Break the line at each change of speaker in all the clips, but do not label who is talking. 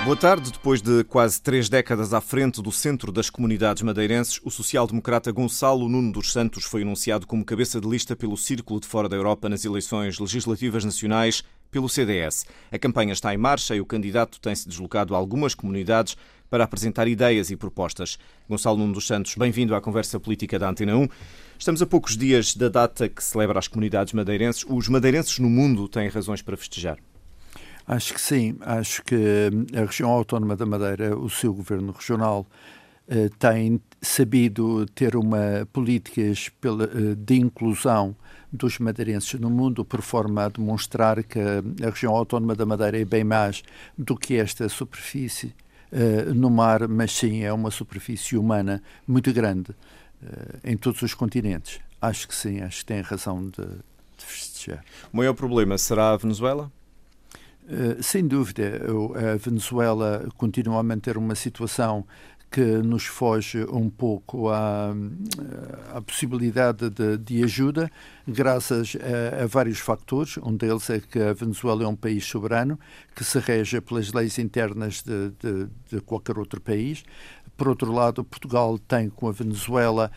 Boa tarde. Depois de quase 3 décadas à frente do centro das comunidades madeirenses, o social-democrata Gonçalo Nuno dos Santos foi anunciado como cabeça de lista pelo Círculo de Fora da Europa nas eleições legislativas nacionais pelo CDS. A campanha está em marcha e o candidato tem-se deslocado a algumas comunidades para apresentar ideias e propostas. Gonçalo Nuno dos Santos, bem-vindo à conversa política da Antena 1. Estamos a poucos dias da data que celebra as comunidades madeirenses. Os madeirenses no mundo têm razões para festejar?
Acho que sim. Acho que a região autónoma da Madeira, o seu governo regional, tem sabido ter uma política de inclusão dos madeirenses no mundo, por forma a demonstrar que a região autónoma da Madeira é bem mais do que esta superfície no mar, mas sim é uma superfície humana muito grande em todos os continentes. Acho que sim, acho que tem razão de festejar.
O maior problema será a Venezuela?
Sem dúvida, a Venezuela continua a manter uma situação que nos foge um pouco à possibilidade de ajuda, graças a vários fatores. Um deles é que a Venezuela é um país soberano, que se rege pelas leis internas de qualquer outro país. Por outro lado, Portugal tem com a Venezuela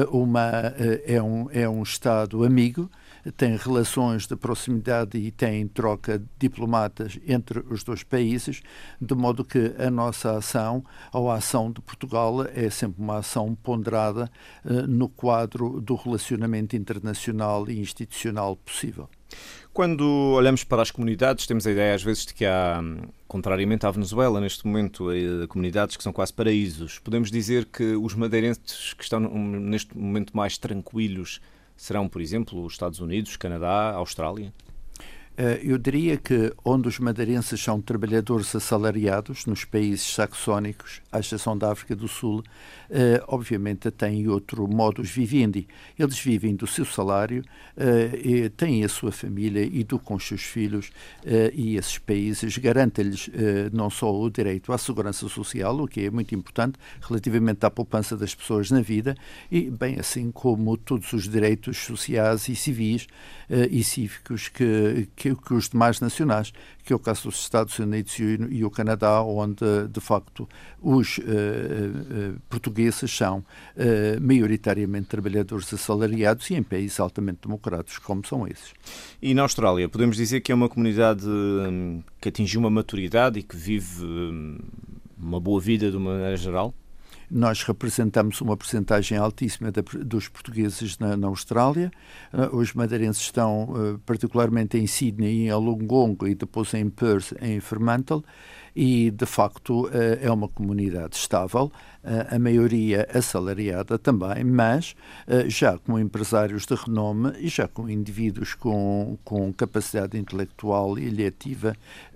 é um Estado amigo, tem relações de proximidade e tem troca de diplomatas entre os dois países, de modo que a nossa ação, ou a ação de Portugal, é sempre uma ação ponderada no quadro do relacionamento internacional e institucional possível.
Quando olhamos para as comunidades, temos a ideia às vezes de que há, contrariamente à Venezuela, neste momento, comunidades que são quase paraísos. Podemos dizer que os madeirenses que estão neste momento mais tranquilos serão, por exemplo, os Estados Unidos, Canadá, Austrália?
Eu diria que onde os madeirenses são trabalhadores assalariados, nos países saxónicos, à exceção da África do Sul, obviamente têm outro modus vivendi. Eles vivem do seu salário, têm a sua família e com os seus filhos, e esses países garantem-lhes não só o direito à segurança social, o que é muito importante relativamente à poupança das pessoas na vida, e bem assim como todos os direitos sociais e civis e cívicos que os demais nacionais, que é o caso dos Estados Unidos e o Canadá, onde, de facto, os portugueses são maioritariamente trabalhadores assalariados e em países altamente democráticos, como são esses.
E na Austrália, podemos dizer que é uma comunidade que atingiu uma maturidade e que vive uma boa vida de uma maneira geral?
Nós representamos uma percentagem altíssima dos portugueses na Austrália. Os madeirenses estão particularmente em Sydney, em Wollongong e depois em Perth, em Fremantle, e de facto é uma comunidade estável, a maioria assalariada também, mas já com empresários de renome e já com indivíduos com capacidade intelectual e letiva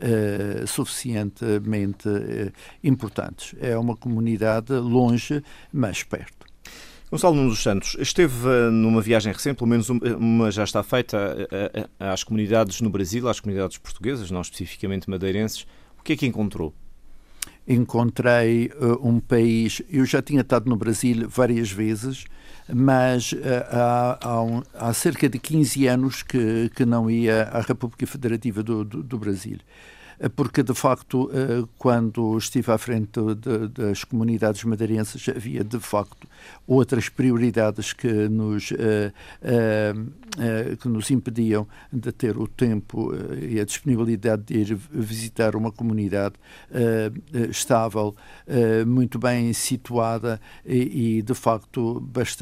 suficientemente importantes. É uma comunidade longe, mas perto.
Gonçalo Nuno dos Santos esteve numa viagem recente, pelo menos uma já está feita, às comunidades no Brasil, às comunidades portuguesas, não especificamente madeirenses. O que é que encontrou?
Encontrei um país... Eu já tinha estado no Brasil várias vezes, mas há cerca de 15 anos que não ia à República Federativa do Brasil. Porque, de facto, quando estive à frente das comunidades madeirenses, havia, de facto, outras prioridades que nos impediam de ter o tempo e a disponibilidade de ir visitar uma comunidade estável, muito bem situada e de facto,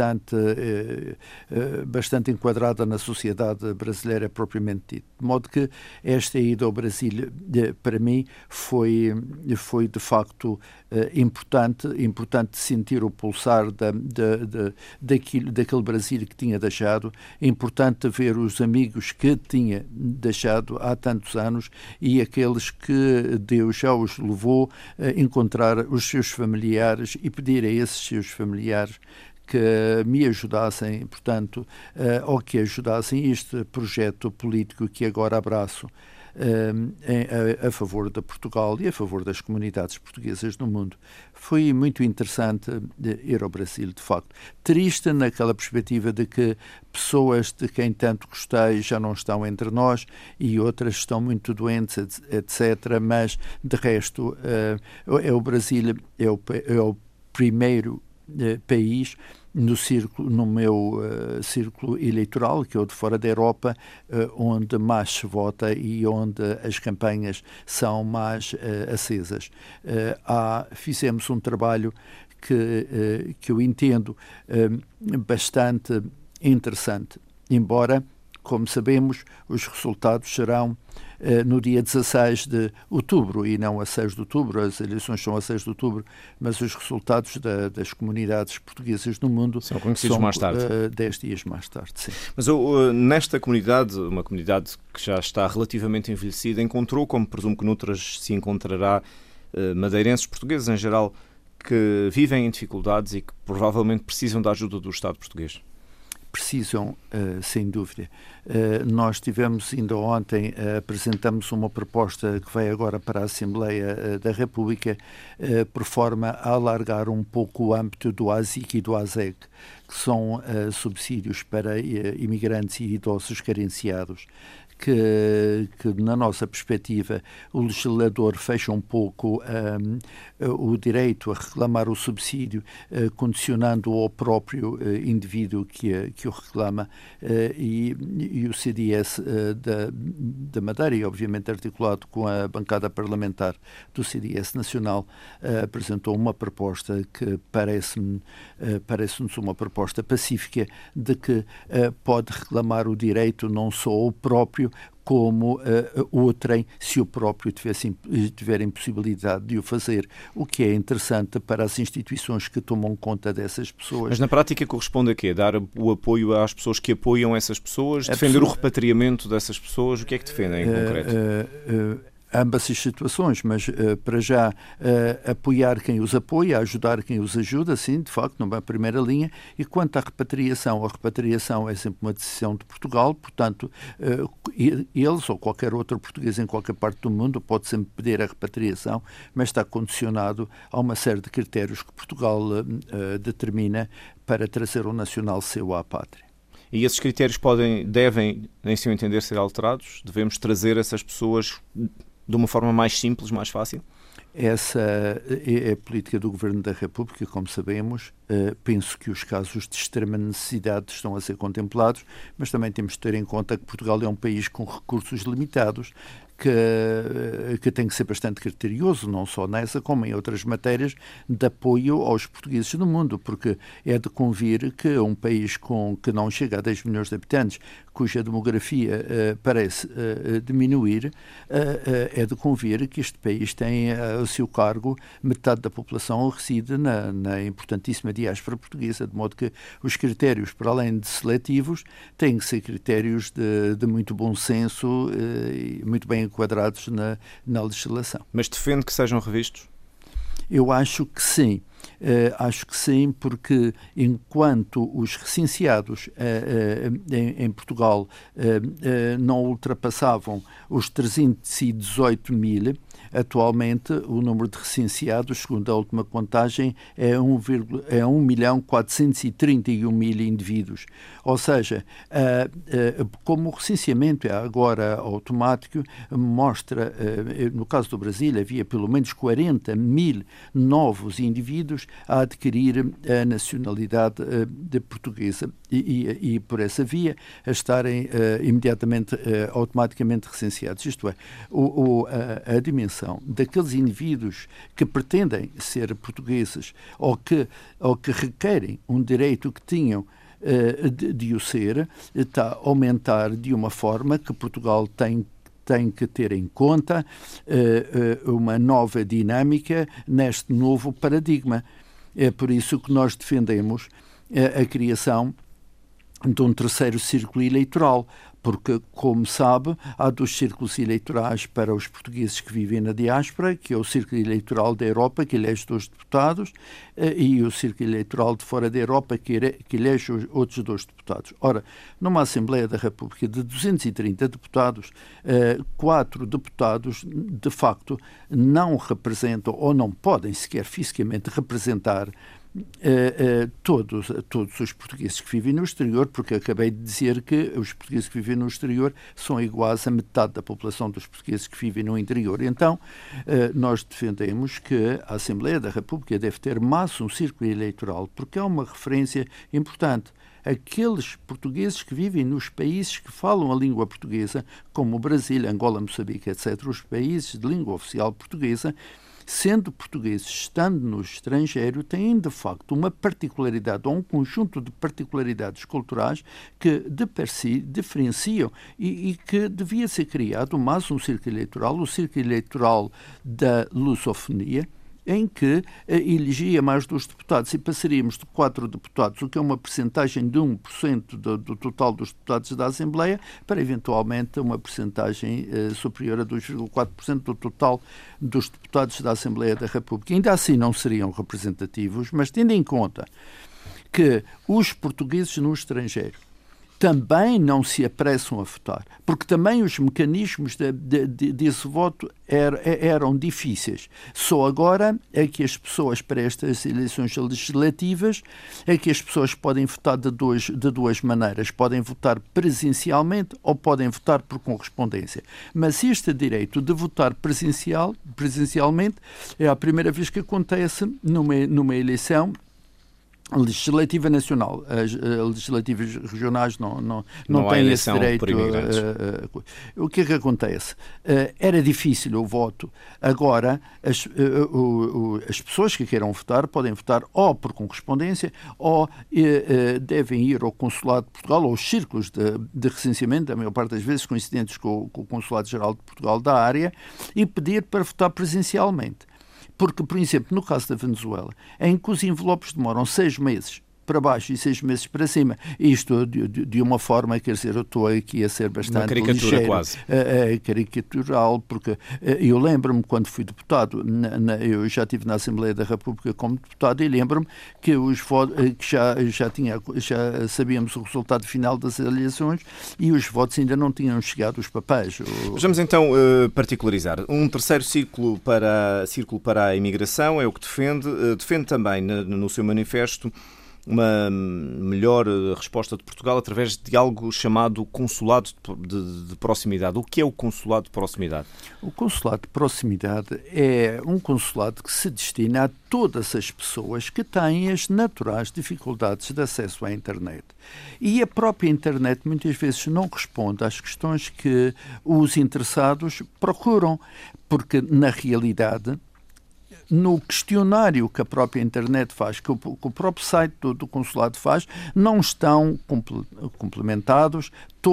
bastante enquadrada na sociedade brasileira propriamente dita. De modo que esta ida ao Brasil, para mim, foi de facto importante sentir o pulsar daquele Brasil que tinha deixado, importante ver os amigos que tinha deixado há tantos anos e aqueles que Deus já os levou a encontrar os seus familiares e pedir a esses seus familiares que me ajudassem, portanto, ou que ajudassem este projeto político que agora abraço. a favor de Portugal e a favor das comunidades portuguesas no mundo. Foi muito interessante ir ao Brasil, de facto. Triste naquela perspectiva de que pessoas de quem tanto gostei já não estão entre nós e outras estão muito doentes, etc. Mas, de resto, o Brasil é o primeiro país no meu círculo eleitoral, que é o de fora da Europa, onde mais se vota e onde as campanhas são mais acesas. Fizemos um trabalho que eu entendo bastante interessante, embora, como sabemos, os resultados serão no dia 16 de outubro e não a 6 de outubro. As eleições são a 6 de outubro, mas os resultados das comunidades portuguesas no mundo
são conhecidos mais tarde.
10 dias mais tarde, sim.
Mas nesta comunidade, uma comunidade que já está relativamente envelhecida, encontrou, como presumo que noutras se encontrará, madeirenses, portugueses em geral, que vivem em dificuldades e que provavelmente precisam da ajuda do Estado português?
Precisam, sem dúvida. Nós tivemos, ainda ontem, apresentamos uma proposta que vai agora para a Assembleia da República, por forma a alargar um pouco o âmbito do ASIC e do ASEC, que são subsídios para imigrantes e idosos carenciados, que na nossa perspectiva o legislador fecha um pouco o direito a reclamar o subsídio, condicionando ao próprio indivíduo que o reclama, e o CDS da Madeira, e obviamente articulado com a bancada parlamentar do CDS Nacional, apresentou uma proposta que parece-nos uma proposta pacífica, de que pode reclamar o direito não só o próprio, como outrem, se o próprio tiver impossibilidade de o fazer, o que é interessante para as instituições que tomam conta dessas pessoas.
Mas na prática corresponde a quê? Dar o apoio às pessoas que apoiam essas pessoas? Defender o repatriamento dessas pessoas? O que é que defendem em concreto?
Ambas as situações, mas para já apoiar quem os apoia, ajudar quem os ajuda, sim, de facto, numa primeira linha. E quanto à repatriação, a repatriação é sempre uma decisão de Portugal, portanto, eles ou qualquer outro português em qualquer parte do mundo pode sempre pedir a repatriação, mas está condicionado a uma série de critérios que Portugal determina para trazer um nacional seu à pátria.
E esses critérios devem, em seu entender, ser alterados? Devemos trazer essas pessoas de uma forma mais simples, mais fácil?
Essa é a política do Governo da República, como sabemos. Penso que os casos de extrema necessidade estão a ser contemplados, mas também temos de ter em conta que Portugal é um país com recursos limitados, que tem que ser bastante criterioso, não só nessa, como em outras matérias, de apoio aos portugueses no mundo, porque é de convir que um país que não chega a 10 milhões de habitantes, cuja demografia parece diminuir, é de convir que este país tem a seu cargo metade da população reside na importantíssima diáspora portuguesa, de modo que os critérios, para além de seletivos, têm que ser critérios de muito bom senso e muito bem enquadrados na legislação.
Mas defende que sejam revistos?
Eu acho que sim. Acho que sim, porque enquanto os recenseados em Portugal não ultrapassavam os 318 mil, atualmente o número de recenseados, segundo a última contagem, é 1.431.000 indivíduos. Ou seja, como o recenseamento é agora automático, mostra, no caso do Brasil, havia pelo menos 40 mil novos indivíduos a adquirir a nacionalidade de portuguesa e por essa via a estarem automaticamente recenseados. Isto é, a dimensão daqueles indivíduos que pretendem ser portugueses ou que requerem um direito que tinham de o ser, está a aumentar de uma forma que Portugal tem que ter em conta uma nova dinâmica neste novo paradigma. É por isso que nós defendemos a criação de um terceiro círculo eleitoral, porque, como sabe, há 2 círculos eleitorais para os portugueses que vivem na diáspora, que é o Círculo Eleitoral da Europa, que elege 2 deputados, e o Círculo Eleitoral de fora da Europa, que elege outros 2 deputados. Ora, numa Assembleia da República de 230 deputados, 4 deputados, de facto, não representam ou não podem sequer fisicamente representar todos os portugueses que vivem no exterior, porque acabei de dizer que os portugueses que vivem no exterior são iguais a metade da população dos portugueses que vivem no interior. Então, nós defendemos que a Assembleia da República deve ter mais um círculo eleitoral, porque é uma referência importante. Aqueles portugueses que vivem nos países que falam a língua portuguesa, como o Brasil, Angola, Moçambique, etc., os países de língua oficial portuguesa, sendo portugueses, estando no estrangeiro, têm de facto uma particularidade ou um conjunto de particularidades culturais que de per si diferenciam e que devia ser criado mais um círculo eleitoral, o círculo eleitoral da lusofonia, em que elegia mais 2 deputados e passaríamos de 4 deputados, o que é uma percentagem de 1% do total dos deputados da Assembleia, para eventualmente uma percentagem superior a 2,4% do total dos deputados da Assembleia da República. Ainda assim não seriam representativos, mas tendo em conta que os portugueses no estrangeiro também não se apressam a votar, porque também os mecanismos desse voto eram difíceis. Só agora é que as pessoas, para estas eleições legislativas, é que as pessoas podem votar de duas maneiras. Podem votar presencialmente ou podem votar por correspondência. Mas este direito de votar presencialmente é a primeira vez que acontece numa eleição legislativa nacional. As legislativas regionais não têm esse direito. O que é que acontece? Era difícil o voto. Agora, as pessoas que queiram votar podem votar ou por correspondência ou devem ir ao Consulado de Portugal ou aos círculos de recenseamento, a maior parte das vezes coincidentes com o Consulado-Geral de Portugal da área, e pedir para votar presencialmente. Porque, por exemplo, no caso da Venezuela, em que os envelopes demoram 6 meses para baixo e 6 meses para cima, isto de uma forma, quer dizer, eu estou aqui a ser bastante
uma caricatura
ligeiro,
quase.
Caricatural, porque eu lembro-me quando fui deputado, eu já estive na Assembleia da República como deputado, e lembro-me que já sabíamos o resultado final das eleições e os votos ainda não tinham chegado os papéis.
Vamos então particularizar. Um terceiro círculo para a imigração é o que defende também no seu manifesto uma melhor resposta de Portugal através de algo chamado consulado de proximidade. O que é o consulado de proximidade?
O consulado de proximidade é um consulado que se destina a todas as pessoas que têm as naturais dificuldades de acesso à internet. E a própria internet muitas vezes não responde às questões que os interessados procuram, porque na realidade, no questionário que a própria internet faz, que o próprio site do consulado faz, não estão complementados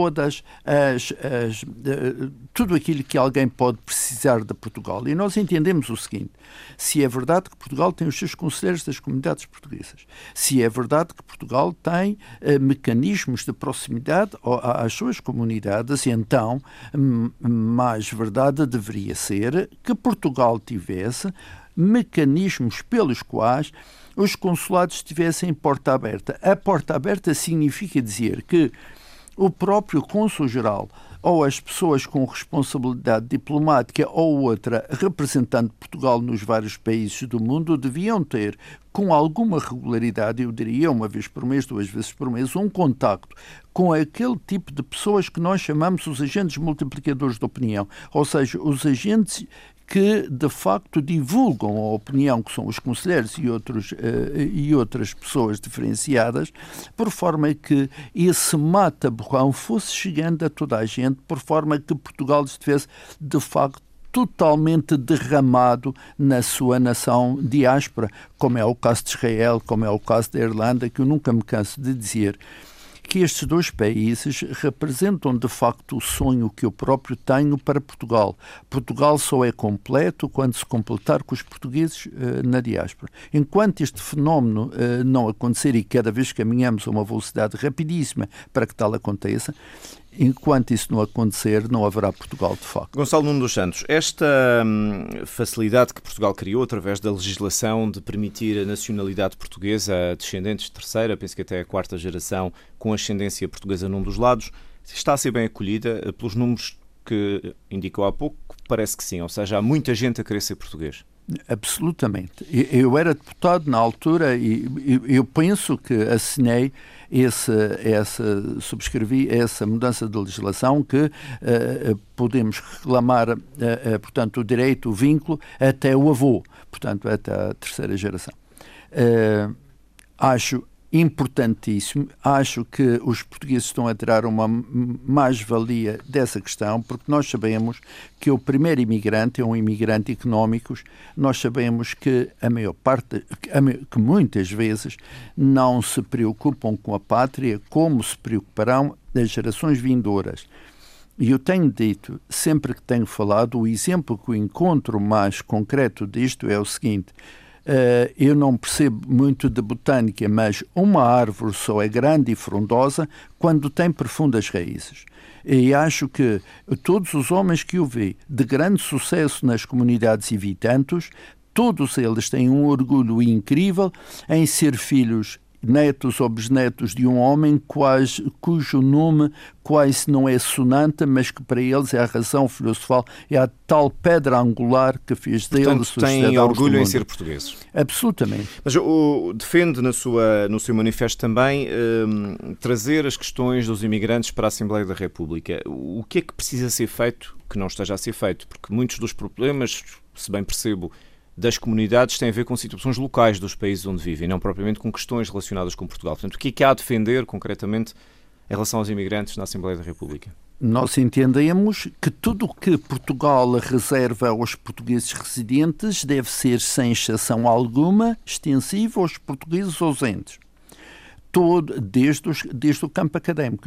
tudo aquilo que alguém pode precisar de Portugal. E nós entendemos o seguinte: se é verdade que Portugal tem os seus conselheiros das comunidades portuguesas, se é verdade que Portugal tem mecanismos de proximidade às suas comunidades, então mais verdade deveria ser que Portugal tivesse mecanismos pelos quais os consulados estivessem porta aberta. A porta aberta significa dizer que o próprio cônsul-geral ou as pessoas com responsabilidade diplomática ou outra representando Portugal nos vários países do mundo deviam ter, com alguma regularidade, eu diria 1 vez por mês, 2 vezes por mês, um contacto com aquele tipo de pessoas que nós chamamos os agentes multiplicadores de opinião, ou seja, os agentes que, de facto, divulgam a opinião, que são os conselheiros e outras pessoas diferenciadas, por forma que esse mata-borrão fosse chegando a toda a gente, por forma que Portugal estivesse, de facto, totalmente derramado na sua nação diáspora, como é o caso de Israel, como é o caso da Irlanda, que eu nunca me canso de dizer que estes 2 países representam de facto o sonho que eu próprio tenho para Portugal. Portugal só é completo quando se completar com os portugueses na diáspora. Enquanto este fenómeno não acontecer, e cada vez caminhamos a uma velocidade rapidíssima para que tal aconteça, enquanto isso não acontecer, não haverá Portugal de facto.
Gonçalo Nuno dos Santos, esta facilidade que Portugal criou através da legislação de permitir a nacionalidade portuguesa a descendentes de terceira, penso que até a quarta geração, com ascendência portuguesa num dos lados, está a ser bem acolhida pelos números que indicou há pouco? Parece que sim, ou seja, há muita gente a querer ser português.
Absolutamente. Eu era deputado na altura e eu penso que assinei subscrevi essa mudança de legislação que podemos reclamar, portanto, o direito, o vínculo até o avô, portanto, até a terceira geração. Acho importantíssimo. Acho que os portugueses estão a tirar uma mais-valia dessa questão, porque nós sabemos que o primeiro imigrante é um imigrante económico. Nós sabemos que a maior parte, que muitas vezes não se preocupam com a pátria como se preocuparão as gerações vindouras. E eu tenho dito, sempre que tenho falado, o exemplo que eu encontro mais concreto disto é o seguinte: eu não percebo muito de botânica, mas uma árvore só é grande e frondosa quando tem profundas raízes. E acho que todos os homens que eu vi de grande sucesso nas comunidades evitantes, todos eles têm um orgulho incrível em ser filhos, netos ou bisnetos de um homem cujo nome quase não é sonante, mas que para eles é a razão filosofal, é a tal pedra angular que fez deles.
Portanto, têm orgulho em ser portugueses.
Absolutamente.
Mas defende no seu manifesto também trazer as questões dos imigrantes para a Assembleia da República. O que é que precisa ser feito que não esteja a ser feito? Porque muitos dos problemas, se bem percebo, das comunidades têm a ver com situações locais dos países onde vivem, não propriamente com questões relacionadas com Portugal. Portanto, o que é que há a defender, concretamente, em relação aos imigrantes na Assembleia da República?
Nós entendemos que tudo o que Portugal reserva aos portugueses residentes deve ser, sem exceção alguma, extensivo aos portugueses ausentes. Desde o campo académico,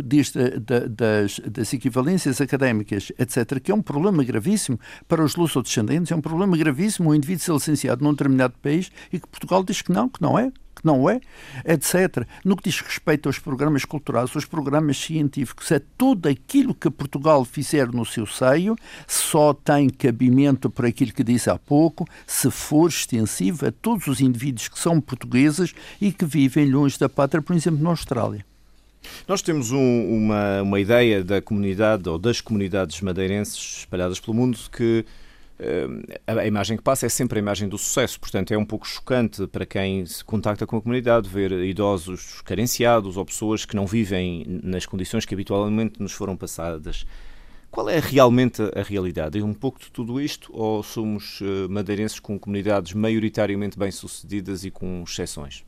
das equivalências académicas, etc., que é um problema gravíssimo para os luso-descendentes, é um problema gravíssimo o indivíduo ser licenciado num determinado país e que Portugal diz que não é, etc. No que diz respeito aos programas culturais, aos programas científicos, é tudo aquilo que Portugal fizer no seu seio só tem cabimento por aquilo que disse há pouco, se for extensivo a todos os indivíduos que são portugueses e que vivem longe da pátria, por exemplo, na Austrália.
Nós temos uma ideia da comunidade ou das comunidades madeirenses espalhadas pelo mundo que a imagem que passa é sempre a imagem do sucesso, portanto é um pouco chocante para quem se contacta com a comunidade ver idosos carenciados ou pessoas que não vivem nas condições que habitualmente nos foram passadas. Qual é realmente a realidade? É um pouco de tudo isto ou somos madeirenses com comunidades maioritariamente bem-sucedidas e com exceções?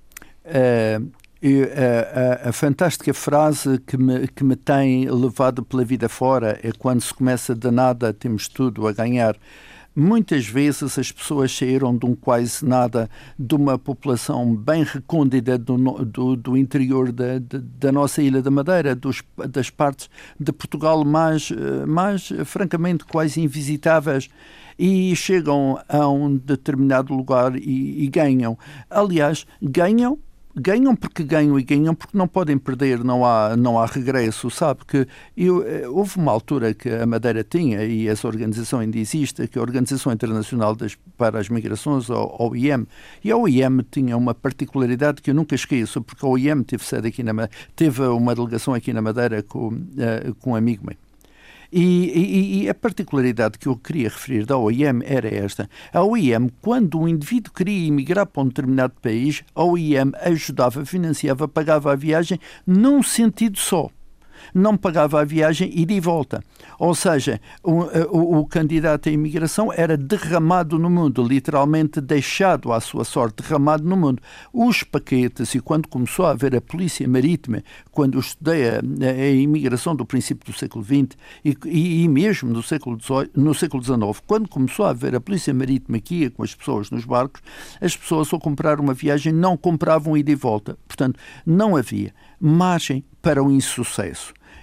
A fantástica frase que me tem levado pela vida fora é quando se começa de nada, temos tudo a ganhar. Muitas vezes as pessoas saíram de um quase nada, de uma população bem recôndita do interior da nossa Ilha da Madeira, das partes de Portugal mais francamente quase invisitáveis, e chegam a um determinado lugar e ganham. Aliás, ganham porque ganham e ganham porque não podem perder, não há regresso, sabe? Que houve uma altura que a Madeira tinha, e essa organização ainda existe, que é a Organização Internacional para as Migrações, a OIM, e a OIM tinha uma particularidade que eu nunca esqueço, porque a OIM teve uma delegação aqui na Madeira com um amigo meu. E a particularidade que eu queria referir da OIM era esta. A OIM, quando um indivíduo queria emigrar para um determinado país, a OIM ajudava, financiava, pagava a viagem num sentido só. Não pagava a viagem ida e volta. Ou seja, o candidato à imigração era derramado no mundo, literalmente deixado à sua sorte, derramado no mundo. Os paquetes, e quando começou a haver a polícia marítima, quando eu estudei a imigração do princípio do século XX e mesmo no século XIX, quando começou a haver a polícia marítima que ia com as pessoas nos barcos, as pessoas ao comprar uma viagem não compravam ida e volta. Portanto, não havia margem para o insucesso.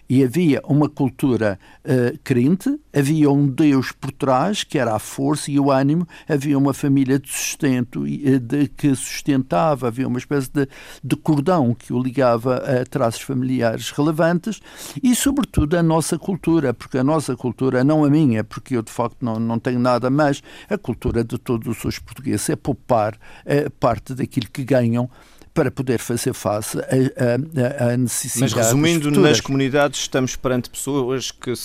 E havia uma cultura crente, havia um Deus por trás, que era a força e o ânimo, havia uma família de sustento que sustentava, havia uma espécie de cordão que o ligava a traços familiares relevantes e, sobretudo, a nossa cultura, porque a nossa cultura, não a minha, porque eu, de facto, não tenho nada, mas a cultura de todos os portugueses é poupar parte daquilo que ganham para poder fazer face a necessidades.
Mas, resumindo,
futuras.
nas comunidades estamos perante pessoas que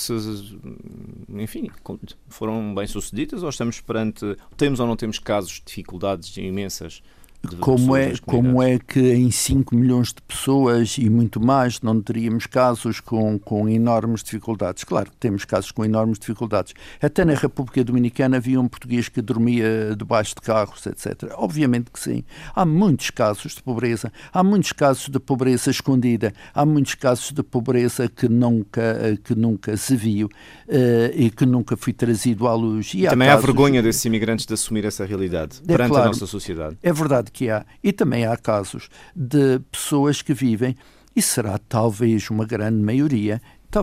foram bem-sucedidas, ou temos ou não temos casos de dificuldades imensas?
Como é que em 5 milhões de pessoas e muito mais não teríamos casos com enormes dificuldades? Claro que temos casos com enormes dificuldades. Até na República Dominicana havia um português que dormia debaixo de carros, etc. Obviamente que sim. Há muitos casos de pobreza. Há muitos casos de pobreza escondida. Há muitos casos de pobreza que nunca se viu e que nunca foi trazido à luz.
E também há vergonha desses imigrantes de assumir essa realidade perante a nossa sociedade.
É verdade que há. E também há casos de pessoas que vivem, e será talvez uma grande maioria,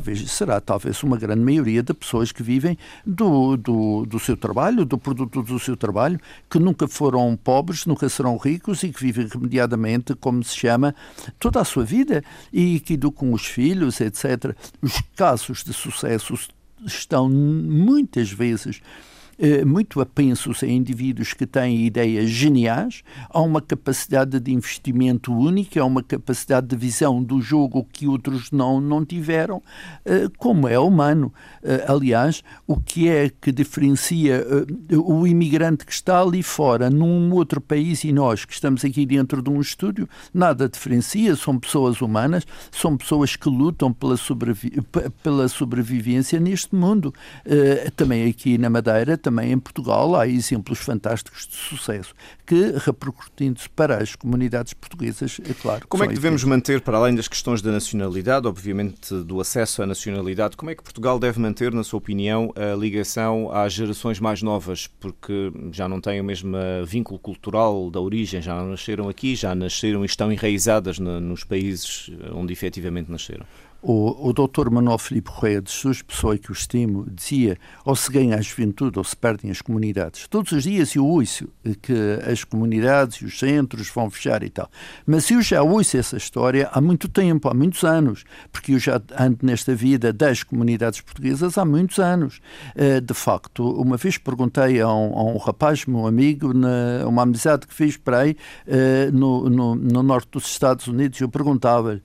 uma grande maioria de pessoas que vivem do seu trabalho, do produto do seu trabalho, que nunca foram pobres, nunca serão ricos e que vivem remediadamente, como se chama, toda a sua vida e que educam os filhos, etc. Os casos de sucesso estão muitas vezes muito apensos em indivíduos que têm ideias geniais, há uma capacidade de investimento única, há uma capacidade de visão do jogo que outros não tiveram, como é humano. Aliás, o que é que diferencia o imigrante que está ali fora, num outro país, e nós que estamos aqui dentro de um estúdio, nada diferencia, são pessoas humanas, são pessoas que lutam pela sobrevivência neste mundo. Também aqui na Madeira, também em Portugal, há exemplos fantásticos de sucesso que, repercutindo-se para as comunidades portuguesas, é claro.
Como é que devemos manter, para além das questões da nacionalidade, obviamente do acesso à nacionalidade, como é que Portugal deve manter, na sua opinião, a ligação às gerações mais novas, porque já não têm o mesmo vínculo cultural da origem, já não nasceram aqui, já nasceram e estão enraizadas nos países onde efetivamente nasceram?
O Dr. Manuel Filipe Correia de Jesus, pessoa que eu estimo, dizia: ou se ganha a juventude ou se perdem as comunidades. Todos os dias eu ouço que as comunidades e os centros vão fechar e tal. Mas eu já ouço essa história há muito tempo, há muitos anos, porque eu já ando nesta vida das comunidades portuguesas há muitos anos. De facto, uma vez perguntei a um rapaz, meu amigo, uma amizade que fiz para aí no norte dos Estados Unidos, eu perguntava-lhe,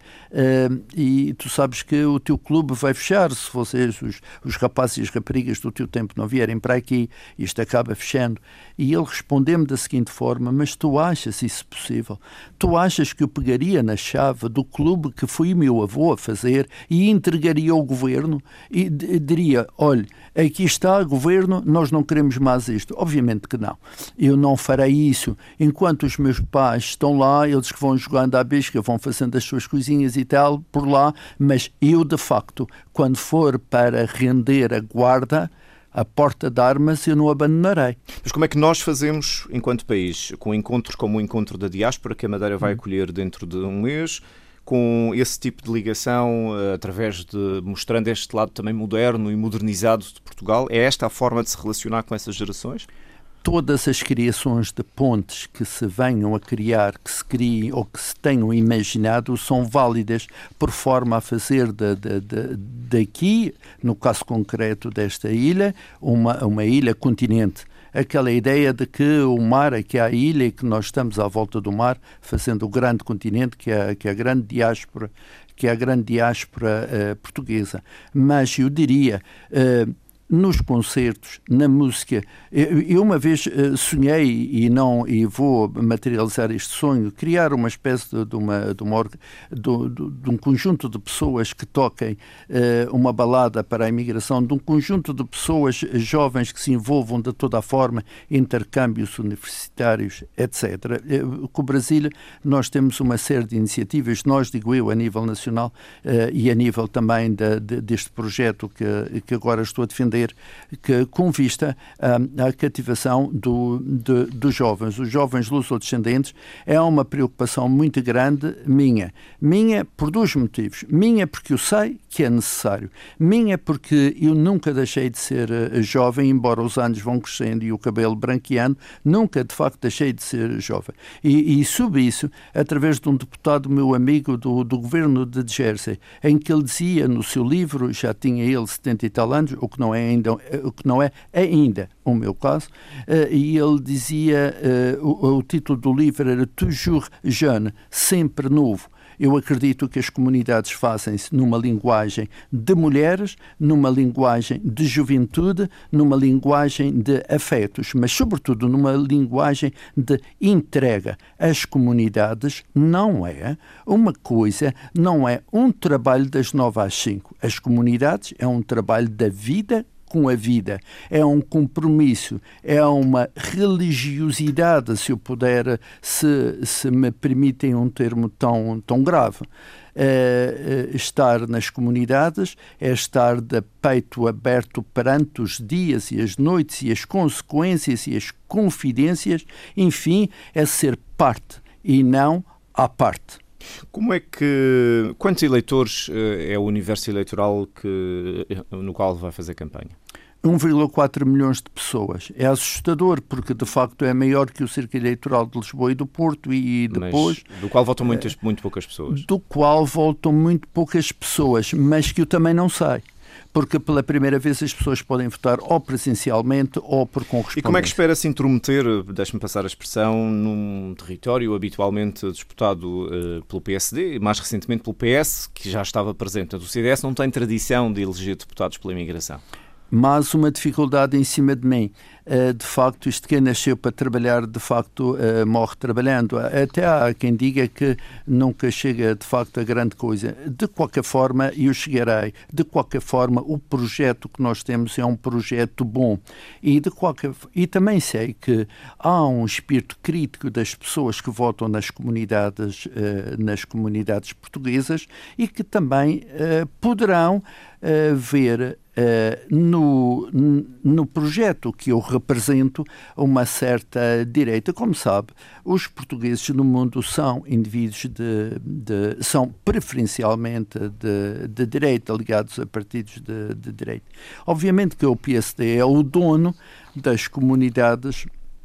e tu sabes que o teu clube vai fechar se vocês, os rapazes e as raparigas do teu tempo, não vierem para aqui, isto acaba fechando. E ele respondeu-me da seguinte forma: mas tu achas isso possível? Tu achas que eu pegaria na chave do clube que foi meu avô a fazer e entregaria ao governo e diria: olha, aqui está, governo, nós não queremos mais isto? Obviamente que não. Eu não farei isso. Enquanto os meus pais estão lá, eles que vão jogando à bisca, vão fazendo as suas coisinhas e tal, por lá, mas eu, de facto, quando for para render a guarda, a porta de armas, eu não abandonarei.
Mas como é que nós fazemos, enquanto país, com encontros como o encontro da diáspora, que a Madeira vai acolher dentro de um mês, com esse tipo de ligação, através de mostrando este lado também moderno e modernizado de Portugal? É esta a forma de se relacionar com essas gerações?
Todas as criações de pontes que se venham a criar, que se criem ou que se tenham imaginado, são válidas por forma a fazer daqui, no caso concreto desta ilha, uma ilha-continente. Aquela ideia de que o mar é que é a ilha e que nós estamos à volta do mar, fazendo o grande continente que é a grande diáspora, portuguesa. Mas eu diria, nos concertos, na música, eu uma vez sonhei e vou materializar este sonho, criar uma espécie de um conjunto de pessoas que toquem uma balada para a imigração, de um conjunto de pessoas jovens que se envolvam de toda a forma, intercâmbios universitários, etc. Com o Brasil nós temos uma série de iniciativas, nós, digo eu, a nível nacional e a nível também deste projeto que agora estou a defender, fazer com vista à cativação dos jovens. Os jovens lusodescendentes é uma preocupação muito grande minha. Minha por dois motivos. Minha porque eu sei que é necessário. Minha porque eu nunca deixei de ser jovem, embora os anos vão crescendo e o cabelo branqueando, nunca de facto deixei de ser jovem. E soube isso através de um deputado meu amigo do governo de Jersey, em que ele dizia no seu livro, já tinha ele 70 e tal anos, o que não é ainda o meu caso, e ele dizia, o título do livro era Toujours jeune, sempre novo. Eu acredito que as comunidades fazem-se numa linguagem de mulheres, numa linguagem de juventude, numa linguagem de afetos, mas sobretudo numa linguagem de entrega. As comunidades não é uma coisa, não é um trabalho das 9 às 5. As comunidades é um trabalho da vida com a vida, é um compromisso, é uma religiosidade, se eu puder, se me permitem um termo tão grave. Estar nas comunidades é estar de peito aberto perante os dias e as noites e as consequências e as confidências, enfim, é ser parte e não à parte.
Como é que... Quantos eleitores é o universo eleitoral no qual vai fazer campanha?
1,4 milhões de pessoas. É assustador, porque de facto é maior que o Círculo Eleitoral de Lisboa e do Porto e depois...
Mas do qual votam muito poucas pessoas.
Do qual votam muito poucas pessoas, mas que eu também não sei. Porque pela primeira vez as pessoas podem votar ou presencialmente ou por correspondência.
E como é que espera se intrometer, deixe-me passar a expressão, num território habitualmente disputado pelo PSD, mais recentemente pelo PS, que já estava presente? O CDS não tem tradição de eleger deputados pela imigração.
Mas uma dificuldade em cima de mim. De facto, isto quem nasceu para trabalhar, de facto, morre trabalhando. Até há quem diga que nunca chega, de facto, a grande coisa. De qualquer forma, eu chegarei. De qualquer forma, o projeto que nós temos é um projeto bom. E também sei que há um espírito crítico das pessoas que votam nas comunidades portuguesas e que também poderão ver no projeto que eu represento uma certa direita. Como sabe, os portugueses no mundo são indivíduos são preferencialmente de direita, ligados a partidos de direita. Obviamente que o PSD é o dono das comunidades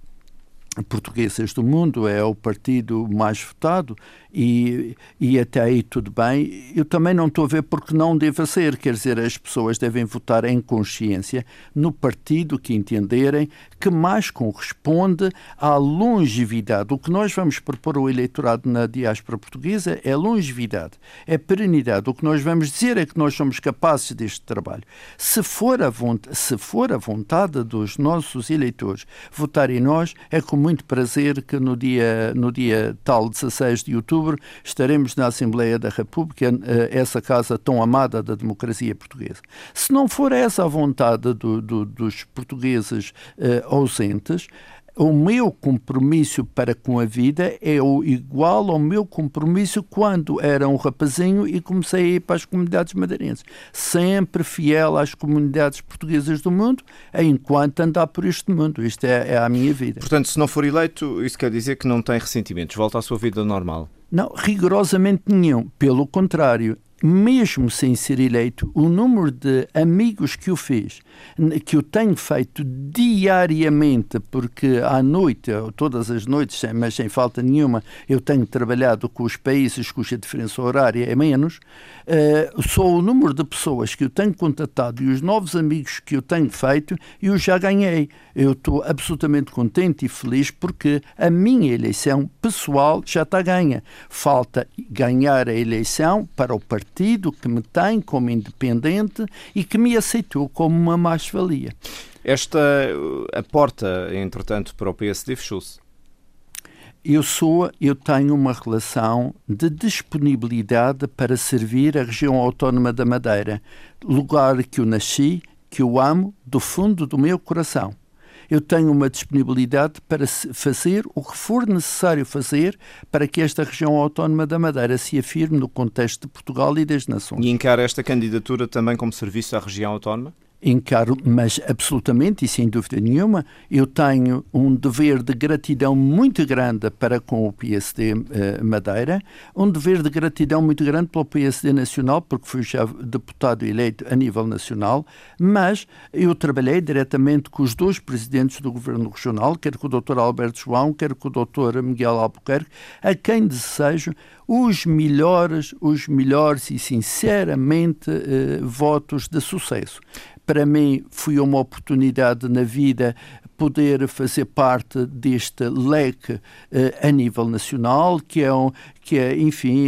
portuguesas do mundo, é o partido mais votado e até aí tudo bem. Eu também não estou a ver porque não deve ser, quer dizer, as pessoas devem votar em consciência no partido que entenderem que mais corresponde à longevidade. O que nós vamos propor ao eleitorado na diáspora portuguesa é longevidade, é perenidade. O que nós vamos dizer é que nós somos capazes deste trabalho. Se for a vontade dos nossos eleitores votarem em nós, é com muito prazer que no dia tal 16 de outubro estaremos na Assembleia da República, essa casa tão amada da democracia portuguesa. Se não for essa a vontade dos portugueses ausentes, o meu compromisso para com a vida é igual ao meu compromisso quando era um rapazinho e comecei a ir para as comunidades madeirenses. Sempre fiel às comunidades portuguesas do mundo, enquanto andar por este mundo. Isto é a minha vida.
Portanto, se não for eleito, isso quer dizer que não tem ressentimentos, volta à sua vida normal?
Não, rigorosamente nenhum. Pelo contrário, mesmo sem ser eleito, o número de amigos que eu fiz, que eu tenho feito diariamente, porque à noite, todas as noites, mas sem falta nenhuma, eu tenho trabalhado com os países cuja diferença horária é menos, só o número de pessoas que eu tenho contatado e os novos amigos que eu tenho feito, eu já ganhei. Eu estou absolutamente contente e feliz porque a minha eleição pessoal já está ganha. Falta ganhar a eleição para o partido que me tem como independente e que me aceitou como uma mais-valia.
A porta, entretanto, para o PSD fechou-se.
Eu tenho uma relação de disponibilidade para servir a região autónoma da Madeira, lugar que eu nasci, que eu amo do fundo do meu coração. Eu tenho uma disponibilidade para fazer o que for necessário fazer para que esta região autónoma da Madeira se afirme no contexto de Portugal e das nações.
E encara esta candidatura também como serviço à região autónoma?
encaro, mas absolutamente e sem dúvida nenhuma, eu tenho um dever de gratidão muito grande para com o PSD Madeira, um dever de gratidão muito grande pelo PSD Nacional, porque fui já deputado eleito a nível nacional, mas eu trabalhei diretamente com os dois presidentes do Governo Regional, quer com o Dr. Alberto João, quer com o Dr. Miguel Albuquerque, a quem desejo os melhores e sinceramente votos de sucesso. Para mim foi uma oportunidade na vida poder fazer parte deste leque a nível nacional, que é enfim,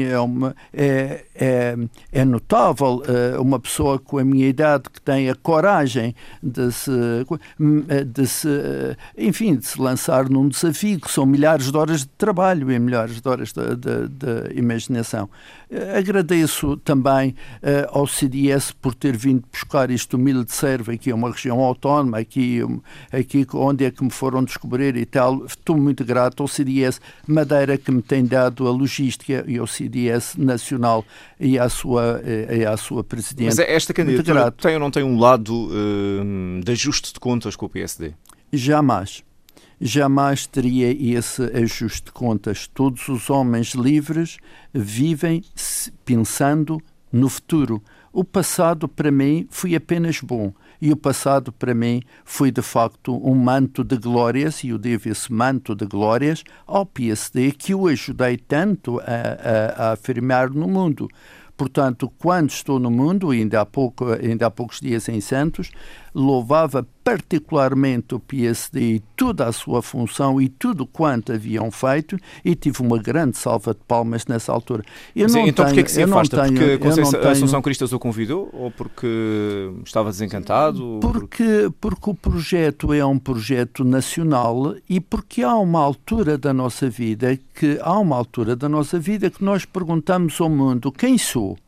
é notável uma pessoa com a minha idade que tem a coragem de se lançar num desafio, que são milhares de horas de trabalho e milhares de horas de imaginação. Agradeço também ao CDS por ter vindo buscar este humilde servo aqui, uma região autónoma, aqui onde é que me foram descobrir e tal. Estou muito grato ao CDS Madeira, que me tem dado a logística, e ao CDS Nacional e à sua presidente.
Mas esta candidatura tem ou não tem um lado de ajuste de contas com o PSD?
Jamais teria esse ajuste de contas. Todos os homens livres vivem pensando no futuro. O passado, para mim, foi apenas bom. E o passado, para mim, foi, de facto, um manto de glórias, e eu devo esse manto de glórias ao PSD, que o ajudei tanto a afirmar no mundo. Portanto, quando estou no mundo, ainda há poucos dias em Santos, louvava particularmente o PSD e toda a sua função e tudo quanto haviam feito, e tive uma grande salva de palmas nessa altura.
Então porquê que se afasta? Porque a Assunção Cristas o convidou? Ou porque estava desencantado?
Porque o projeto é um projeto nacional, e porque há uma altura da nossa vida que nós perguntamos ao mundo: quem sou?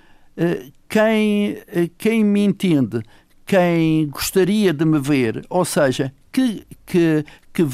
Quem me entende? Quem gostaria de me ver? Ou seja, que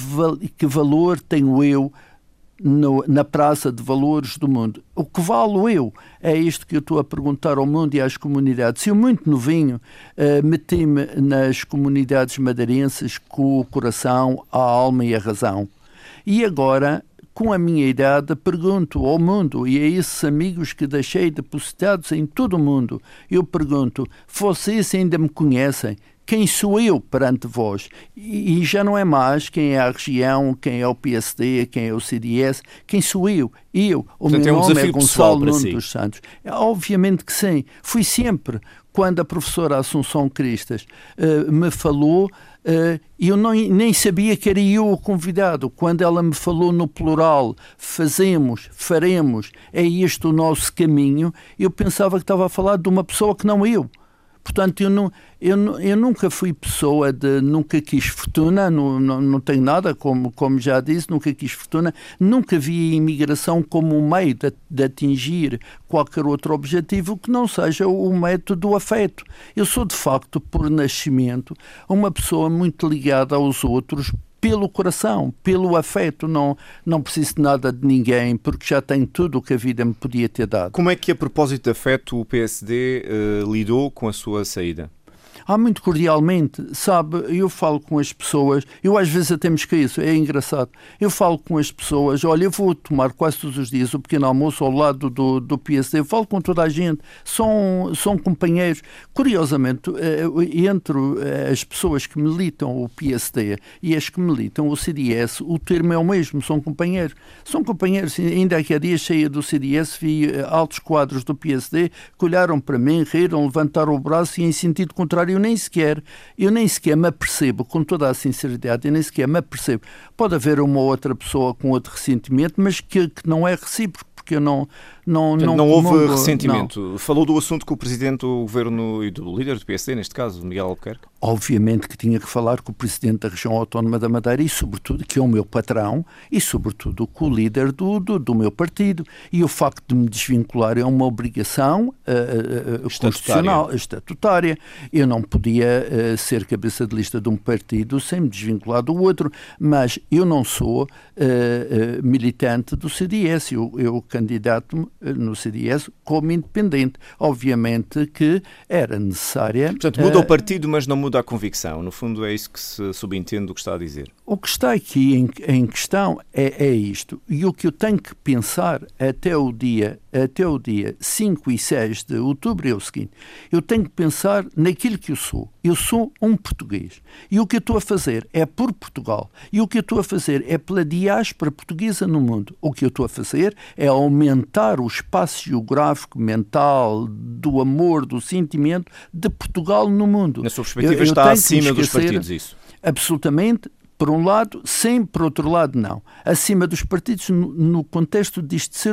valor tenho eu na praça de valores do mundo? O que valo eu? É isto que eu estou a perguntar ao mundo e às comunidades. Eu, muito novinho, meti-me nas comunidades madeirenses com o coração, a alma e a razão. E agora, com a minha idade, pergunto ao mundo e a esses amigos que deixei depositados em todo o mundo, eu pergunto: vocês ainda me conhecem? Quem sou eu perante vós? E já não é mais quem é a região, quem é o PSD, quem é o CDS. Quem sou eu?
Portanto,
meu nome é Gonçalo Nuno
dos
Santos. Obviamente que sim. Fui sempre. Quando a professora Assunção Cristas me falou, eu nem sabia que era eu o convidado. Quando ela me falou no plural, faremos, é este o nosso caminho, eu pensava que estava a falar de uma pessoa que não eu. Portanto, eu nunca fui pessoa nunca quis fortuna, não tenho nada, como já disse, nunca quis fortuna, nunca vi a imigração como um meio de atingir qualquer outro objetivo que não seja o método do afeto. Eu sou, de facto, por nascimento, uma pessoa muito ligada aos outros, pelo coração, pelo afeto. Não preciso de nada de ninguém, porque já tenho tudo o que a vida me podia ter dado.
Como é que, a propósito de afeto, o PSD lidou com a sua saída?
Muito cordialmente, sabe, eu falo com as pessoas, eu às vezes até me esqueço, é engraçado, eu falo com as pessoas, olha, eu vou tomar quase todos os dias o pequeno almoço ao lado do PSD, eu falo com toda a gente, são companheiros. Curiosamente, entre as pessoas que militam o PSD e as que militam o CDS, o termo é o mesmo, são companheiros, ainda aqui há dias cheia do CDS, vi altos quadros do PSD que olharam para mim, riram, levantaram o braço e em sentido contrário. Eu nem sequer me apercebo, com toda a sinceridade, Pode haver uma outra pessoa com outro ressentimento, mas que não é recíproco, porque eu não
houve ressentimento. Não. Falou do assunto com o Presidente do Governo e do líder do PSD, neste caso, Miguel Albuquerque?
Obviamente que tinha que falar com o Presidente da Região Autónoma da Madeira e, sobretudo, que é o meu patrão, e, sobretudo, com o líder do meu partido. E o facto de me desvincular é uma obrigação constitucional, estatutária. Eu não podia ser cabeça de lista de um partido sem me desvincular do outro, mas eu não sou militante do CDS. Eu candidato no CDS como independente. Obviamente que era necessária...
Portanto, muda o partido, mas não muda a convicção. No fundo, é isso que se subentende do que está a dizer.
O que está aqui em questão é isto. E o que eu tenho que pensar até o dia 5 e 6 de outubro é o seguinte. Eu tenho que pensar naquilo que eu sou. Eu sou um português. E o que eu estou a fazer é por Portugal. E o que eu estou a fazer é pela diáspora portuguesa no mundo. O que eu estou a fazer é aumentar o espaço geográfico, mental, do amor, do sentimento de Portugal no mundo.
Na sua perspectiva, está acima dos partidos isso?
Absolutamente. Por um lado, sim, por outro lado, não. Acima dos partidos, no contexto disto de ser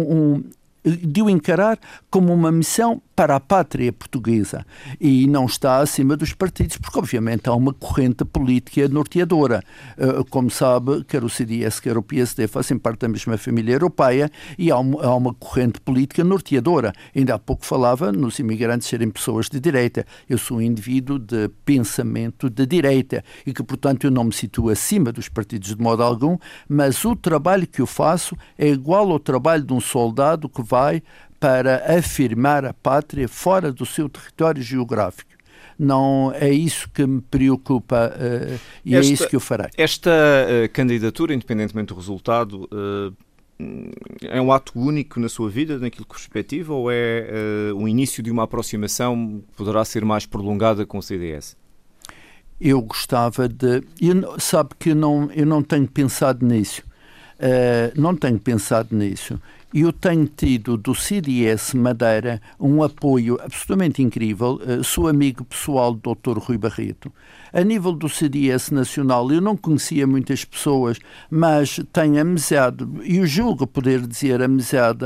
de o encarar como uma missão para a pátria portuguesa e não está acima dos partidos, porque obviamente há uma corrente política norteadora. Como sabe, quer o CDS, quer o PSD fazem parte da mesma família europeia e há uma corrente política norteadora. Ainda há pouco falava nos imigrantes serem pessoas de direita. Eu sou um indivíduo de pensamento de direita e que, portanto, eu não me situo acima dos partidos de modo algum, mas o trabalho que eu faço é igual ao trabalho de um soldado que vai para afirmar a pátria fora do seu território geográfico. Não é isso que me preocupa e é isso que eu farei.
Esta candidatura, independentemente do resultado, é um ato único na sua vida, naquilo que perspectiva, ou é o início de uma aproximação que poderá ser mais prolongada com o CDS?
Eu gostava de... Sabe que eu não tenho pensado nisso. Não tenho pensado nisso. Eu tenho tido do CDS Madeira um apoio absolutamente incrível. Sou amigo pessoal do Dr. Rui Barreto. A nível do CDS Nacional, eu não conhecia muitas pessoas, mas tenho amizade, e eu julgo poder dizer amizade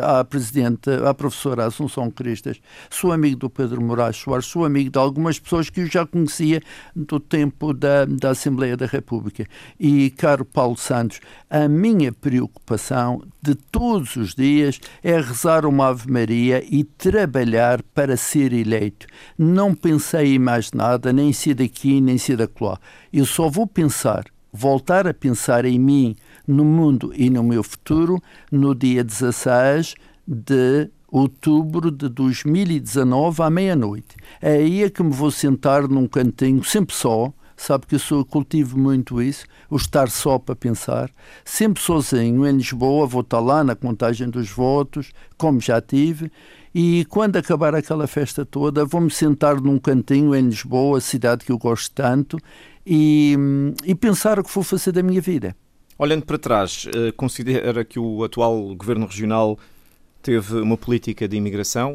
à professora Assunção Cristas. Sou amigo do Pedro Moraes Soares, sou amigo de algumas pessoas que eu já conhecia do tempo da Assembleia da República. E, caro Paulo Santos, a minha preocupação de todos os dias é rezar uma Ave Maria e trabalhar para ser eleito. Não pensei em mais nada, nem ser daqui, nem ser daquela. Eu só vou voltar a pensar em mim, no mundo e no meu futuro, no dia 16 de outubro de 2019, à meia-noite. É aí que me vou sentar num cantinho, sempre só. Sabe que eu cultivo muito isso, o estar só para pensar, sempre sozinho em Lisboa, vou estar lá na contagem dos votos, como já tive, e quando acabar aquela festa toda, vou-me sentar num cantinho em Lisboa, cidade que eu gosto tanto, e pensar o que vou fazer da minha vida.
Olhando para trás, considera que o atual governo regional teve uma política de imigração?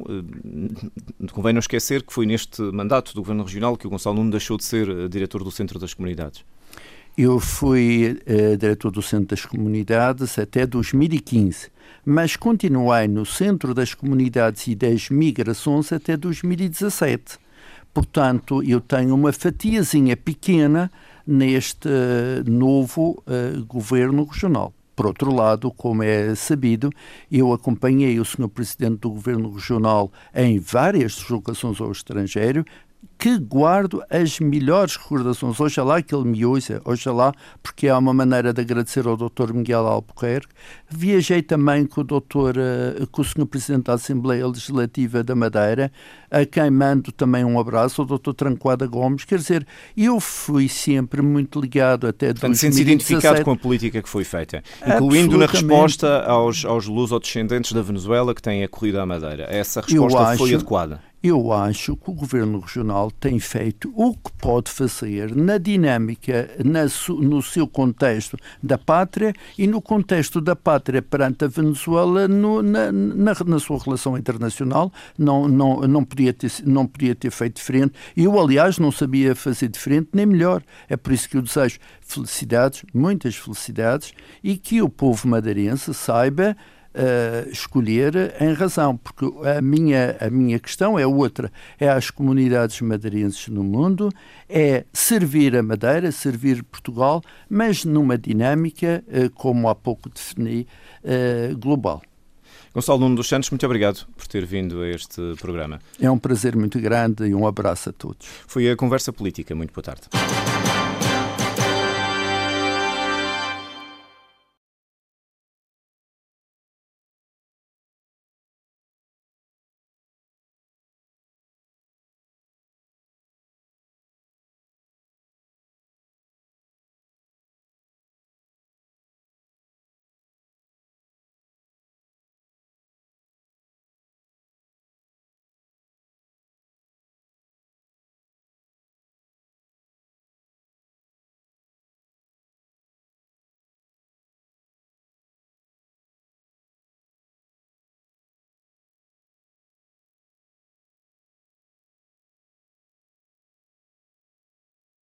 Convém não esquecer que foi neste mandato do Governo Regional que o Gonçalo Nuno deixou de ser diretor do Centro das Comunidades.
Eu fui diretor do Centro das Comunidades até 2015, mas continuei no Centro das Comunidades e das Migrações até 2017. Portanto, eu tenho uma fatiazinha pequena neste novo Governo Regional. Por outro lado, como é sabido, eu acompanhei o Sr. Presidente do Governo Regional em várias deslocações ao estrangeiro, que guardo as melhores recordações. Oxalá que ele me ouça, oxalá, porque há uma maneira de agradecer ao Dr. Miguel Albuquerque. Viajei também com o Sr. Presidente da Assembleia Legislativa da Madeira, a quem mando também um abraço, ao Dr. Trancoada Gomes. Quer dizer, eu fui sempre muito ligado até 2017. Portanto,
sente-se identificado com a política que foi feita, incluindo na resposta aos lusodescendentes da Venezuela que têm acolhido à Madeira. Essa resposta foi adequada?
Eu acho que o Governo Regional tem feito o que pode fazer na dinâmica, no seu contexto da pátria e no contexto da pátria perante a Venezuela na sua relação internacional. Não podia ter feito diferente. Eu, aliás, não sabia fazer diferente nem melhor. É por isso que eu desejo felicidades, muitas felicidades, e que o povo madeirense saiba escolher em razão, porque a minha questão é outra, é às comunidades madeirenses no mundo, é servir a Madeira, servir Portugal, mas numa dinâmica, como há pouco defini, global.
Gonçalo Nuno dos Santos, muito obrigado por ter vindo a este programa.
É um prazer muito grande e um abraço a todos.
Foi a Conversa Política. Muito boa tarde.